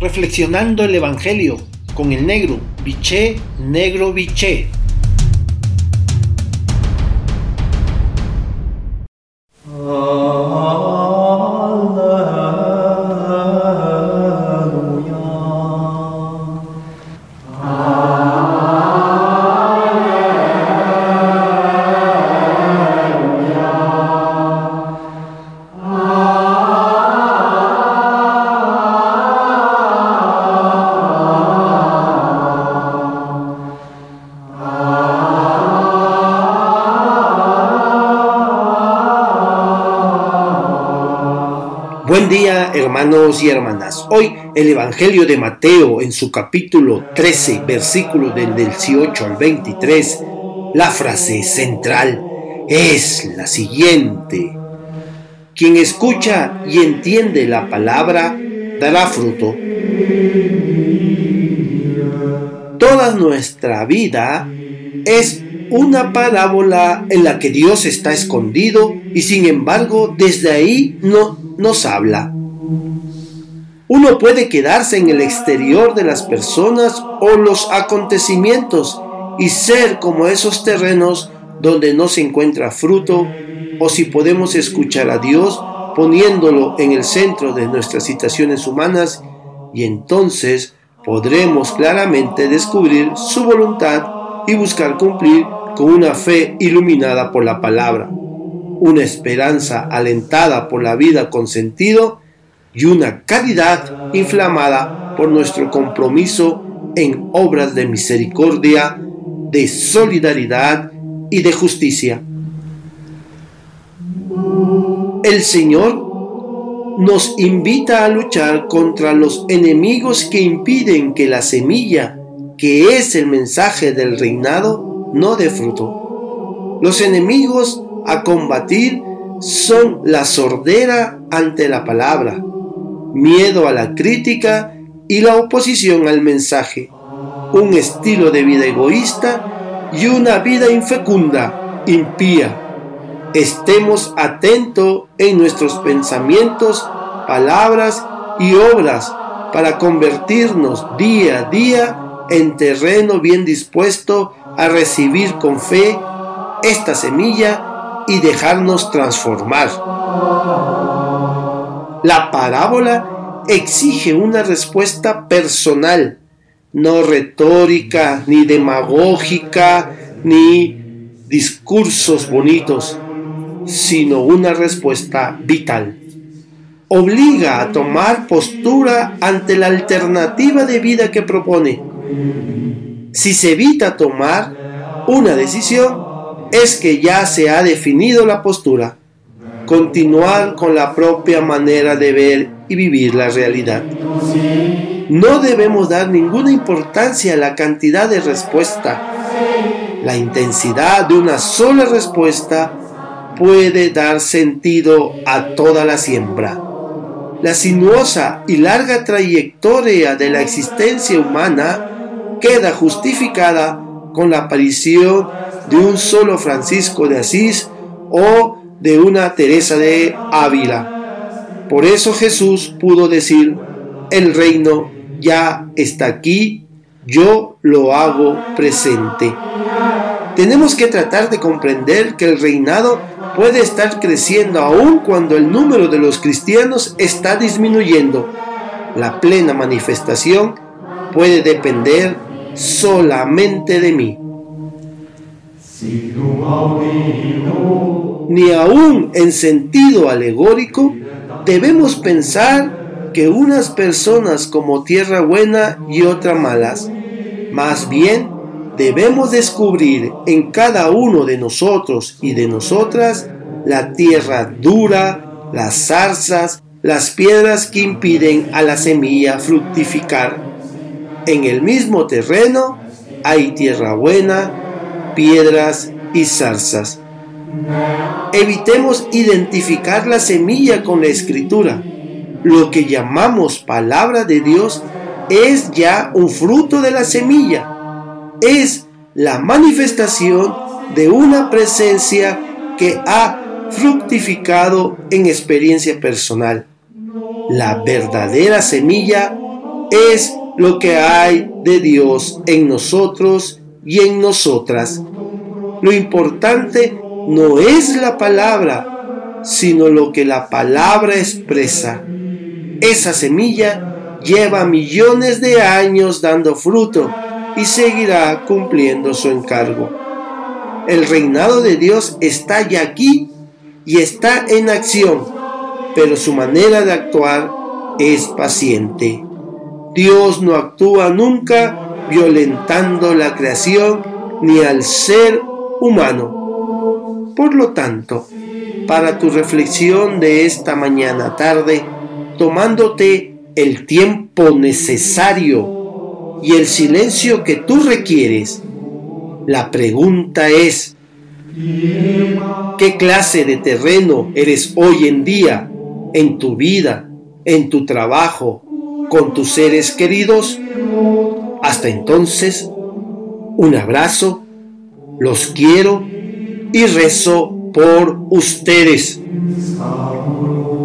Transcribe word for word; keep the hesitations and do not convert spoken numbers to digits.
Reflexionando el Evangelio con el negro, biché, negro, biché. Buen día, hermanos y hermanas. Hoy el Evangelio de Mateo, en su capítulo trece, versículos del dieciocho al veintitrés, la frase central es la siguiente: quien escucha y entiende la palabra dará fruto. Toda nuestra vida es una parábola en la que Dios está escondido y sin embargo desde ahí no nos habla. Uno puede quedarse en el exterior de las personas o los acontecimientos y ser como esos terrenos donde no se encuentra fruto, o si podemos escuchar a Dios poniéndolo en el centro de nuestras situaciones humanas, y entonces podremos claramente descubrir su voluntad y buscar cumplir con una fe iluminada por la palabra, una esperanza alentada por la vida con sentido y una caridad inflamada por nuestro compromiso en obras de misericordia, de solidaridad y de justicia. El Señor nos invita a luchar contra los enemigos que impiden que la semilla, que es el mensaje del reinado, no dé fruto. Los enemigos a combatir son la sordera ante la palabra, miedo a la crítica y la oposición al mensaje, un estilo de vida egoísta y una vida infecunda, impía. Estemos atentos en nuestros pensamientos, palabras y obras para convertirnos día a día en terreno bien dispuesto a recibir con fe esta semilla y dejarnos transformar. La parábola exige una respuesta personal, no retórica, ni demagógica, ni discursos bonitos, sino una respuesta vital. Obliga a tomar postura ante la alternativa de vida que propone. Si se evita tomar una decisión, es que ya se ha definido la postura. Continuar con la propia manera de ver y vivir la realidad. No debemos dar ninguna importancia a la cantidad de respuesta. La intensidad de una sola respuesta puede dar sentido a toda la siembra. La sinuosa y larga trayectoria de la existencia humana queda justificada con la aparición de un solo Francisco de Asís o de una Teresa de Ávila. Por eso Jesús pudo decir: el reino ya está aquí, yo lo hago presente. Tenemos que tratar de comprender que el reinado puede estar creciendo aun cuando el número de los cristianos está disminuyendo. La plena manifestación puede depender solamente de mí. Ni aún en sentido alegórico debemos pensar que unas personas como tierra buena y otras malas. Más bien debemos descubrir en cada uno de nosotros y de nosotras la tierra dura, las zarzas, las piedras que impiden a la semilla fructificar. En el mismo terreno hay tierra buena, piedras y zarzas. Evitemos identificar la semilla con la Escritura. Lo que llamamos palabra de Dios es ya un fruto de la semilla. Es la manifestación de una presencia que ha fructificado en experiencia personal. La verdadera semilla es lo que hay de Dios en nosotros y en nosotras. Lo importante no es la palabra, sino lo que la palabra expresa. Esa semilla lleva millones de años dando fruto y seguirá cumpliendo su encargo. El reinado de Dios está ya aquí y está en acción, pero su manera de actuar es paciente. Dios no actúa nunca violentando la creación ni al ser humano. Por lo tanto, para tu reflexión de esta mañana tarde, tomándote el tiempo necesario y el silencio que tú requieres, la pregunta es: ¿qué clase de terreno eres hoy en día en tu vida, en tu trabajo, con tus seres queridos? Hasta entonces, un abrazo, los quiero y rezo por ustedes.